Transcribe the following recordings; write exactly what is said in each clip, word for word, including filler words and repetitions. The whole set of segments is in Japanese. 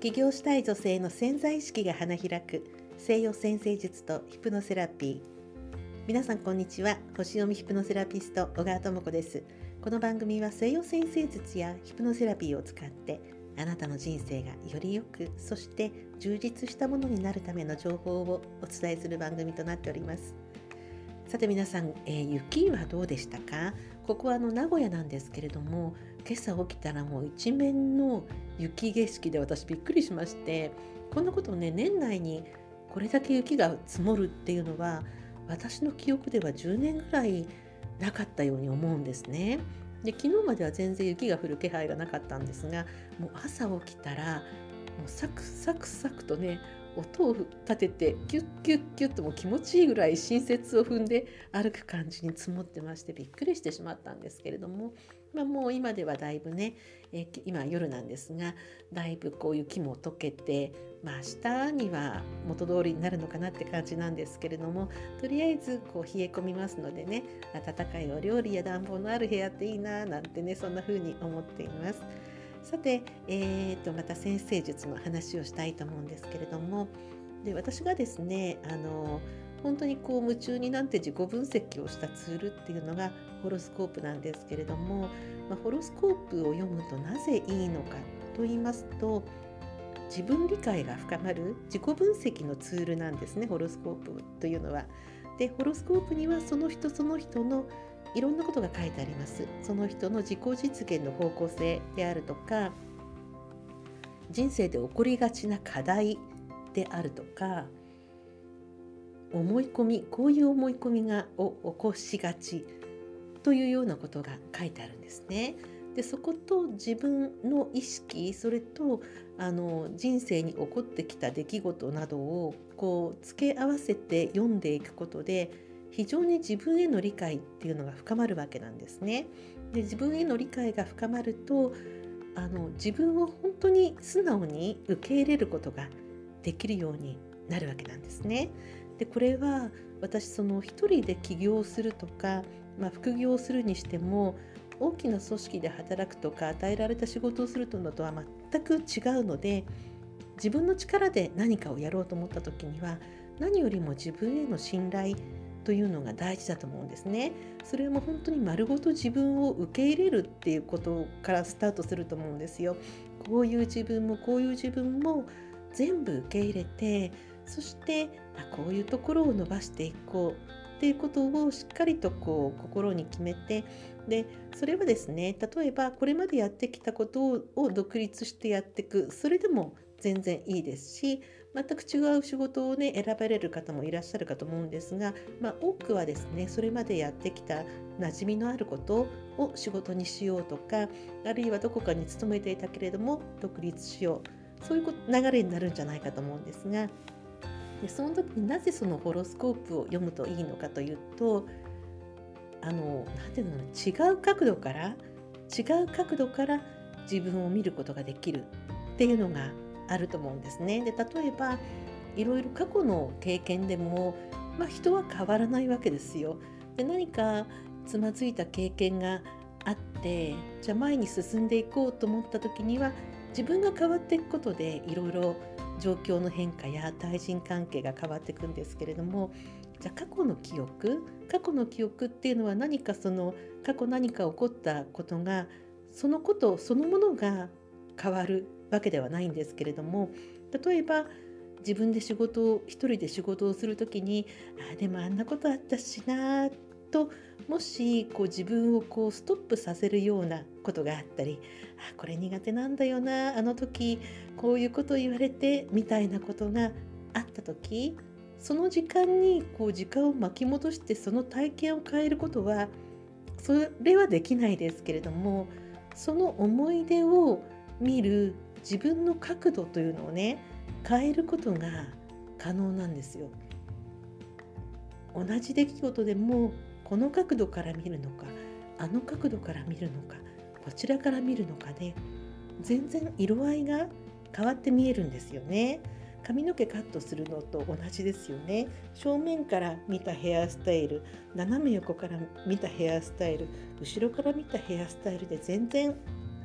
起業したい女性の潜在意識が花開く西洋占星術とヒプノセラピー。皆さんこんにちは。星読みヒプノセラピスト小川智子です。この番組は西洋占星術やヒプノセラピーを使ってあなたの人生がより良く、そして充実したものになるための情報をお伝えする番組となっております。さて皆さん、えー、雪はどうでしたか？ここはあの名古屋なんですけれども、今朝起きたらもう一面の雪景色で私びっくりしまして、こんなことをね、年内にこれだけ雪が積もるっていうのは私の記憶ではじゅうねんぐらいなかったように思うんですね。で、昨日までは全然雪が降る気配がなかったんですが、もう朝起きたらもうサクサクサクとね、音を立ててキュッキュッキュッともう気持ちいいぐらい新雪を踏んで歩く感じに積もってまして、びっくりしてしまったんですけれども、まあ、もう今ではだいぶね、えー、今夜なんですが、だいぶこう雪も溶けて、まあ、明日には元通りになるのかなって感じなんですけれども、とりあえずこう冷え込みますのでね、暖かいお料理や暖房のある部屋っていいななんてね、そんな風に思っています。さて、えー、とまた占星術の話をしたいと思うんですけれども、で私がですね、あの本当にこう夢中になって自己分析をしたツールっていうのがホロスコープなんですけれども、まあ、ホロスコープを読むとなぜいいのかと言いますと、自分理解が深まる自己分析のツールなんですね、ホロスコープというのは。で、ホロスコープにはその人その人のいろんなことが書いてあります。その人の自己実現の方向性であるとか、人生で起こりがちな課題であるとか、思い込み、こういう思い込みがを起こしがちというようなことが書いてあるんですね。で、そこと自分の意識、それとあの人生に起こってきた出来事などをこう付け合わせて読んでいくことで、非常に自分への理解っていうのが深まるわけなんですね。で、自分への理解が深まると、あの自分を本当に素直に受け入れることができるようになるわけなんですね。で、これは私その一人で起業するとか、まあ、副業するにしても、大きな組織で働くとか与えられた仕事をするのとは全く違うので、自分の力で何かをやろうと思った時には、何よりも自分への信頼というのが大事だと思うんですね。それも本当に丸ごと自分を受け入れるっていうことからスタートすると思うんですよ。こういう自分もこういう自分も全部受け入れて、そしてあこういうところを伸ばしていこうっていうことをしっかりとこう心に決めて、でそれはですね、例えばこれまでやってきたことを独立してやっていく、それでも全然いいですし、全く違う仕事をね選ばれる方もいらっしゃるかと思うんですが、まあ、多くはですね、それまでやってきた馴染みのあることを仕事にしようとか、あるいはどこかに勤めていたけれども独立しよう、そういう流れになるんじゃないかと思うんですが、でその時になぜそのホロスコープを読むといいのかというと、あのなんていうのかな、違う角度から違う角度から自分を見ることができるっていうのがあると思うんですね。で、例えばいろいろ過去の経験でも、まあ、人は変わらないわけですよ。で、何かつまずいた経験があって、じゃあ前に進んでいこうと思った時には、自分が変わっていくことでいろいろ状況の変化や対人関係が変わっていくんですけれども、じゃあ過去の記憶過去の記憶っていうのは何かその過去何か起こったことが、そのことそのものが変わるわけではないんですけれども、例えば自分で仕事を一人で仕事をするときに、あでもあんなことあったしなと、もしこう自分をこうストップさせるようなことがあったり、あこれ苦手なんだよな、あの時こういうこと言われてみたいなことがあった時、その時間にこう時間を巻き戻してその体験を変えることは、それはできないですけれども、その思い出を見る自分の角度というのをね変えることが可能なんですよ。同じ出来事でもこの角度から見るのか、あの角度から見るのか、こちらから見るのかで全然色合いが変わって見えるんですよね。髪の毛カットするのと同じですよね。正面から見たヘアスタイル、斜め横から見たヘアスタイル、後ろから見たヘアスタイルで全然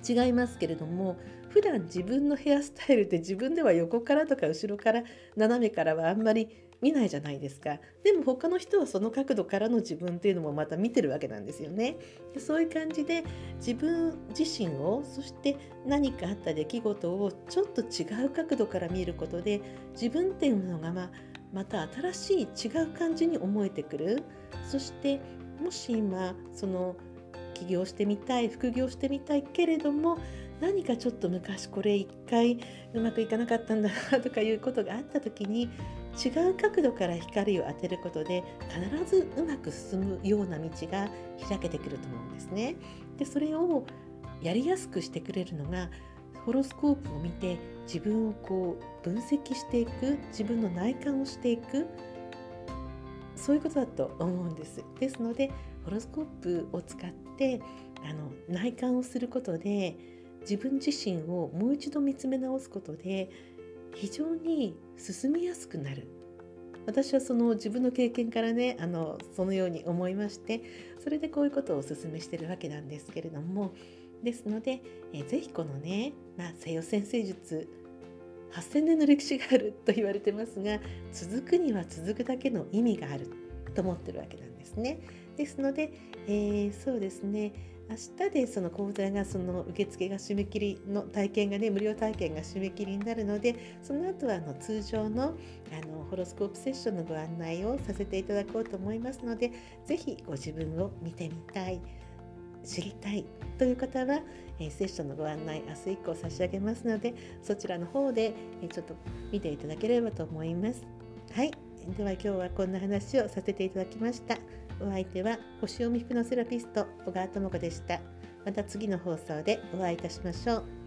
違いますけれども、普段自分のヘアスタイルって自分では横からとか後ろから斜めからはあんまり見ないじゃないですか。でも他の人はその角度からの自分っていうのもまた見てるわけなんですよね。でそういう感じで自分自身を、そして何かあった出来事をちょっと違う角度から見ることで、自分っていうのがまあまた新しい違う感じに思えてくる。そしてもし今その起業してみたい、副業してみたいけれども、何かちょっと昔これ一回うまくいかなかったんだなとかいうことがあった時に、違う角度から光を当てることで必ずうまく進むような道が開けてくると思うんですね。でそれをやりやすくしてくれるのが、ホロスコープを見て自分をこう分析していく、自分の内観をしていく、そういうことだと思うんです。ですのでホロスコープを使ってあの内観をすることで、自分自身をもう一度見つめ直すことで非常に進みやすくなる。私はその自分の経験からね、あのそのように思いまして、それでこういうことをお勧めしているわけなんですけれども、ですので、えーぜひこのね、まあ、西洋占星術はっせんねんの歴史があると言われてますが、続くには続くだけの意味があると思ってるわけなんですね。ですので、えーそうですね、明日でその講座がその受付が締め切りの体験がね、無料体験が締め切りになるので、その後はあの通常のあのホロスコープセッションのご案内をさせていただこうと思いますので、ぜひご自分を見てみたい、知りたいという方は、えーセッションのご案内明日以降差し上げますので、そちらの方で、えーちょっと見ていただければと思います。はい、では今日はこんな話をさせていただきました。お相手は星読みヒプノセラピスト小川智子でした。また次の放送でお会いいたしましょう。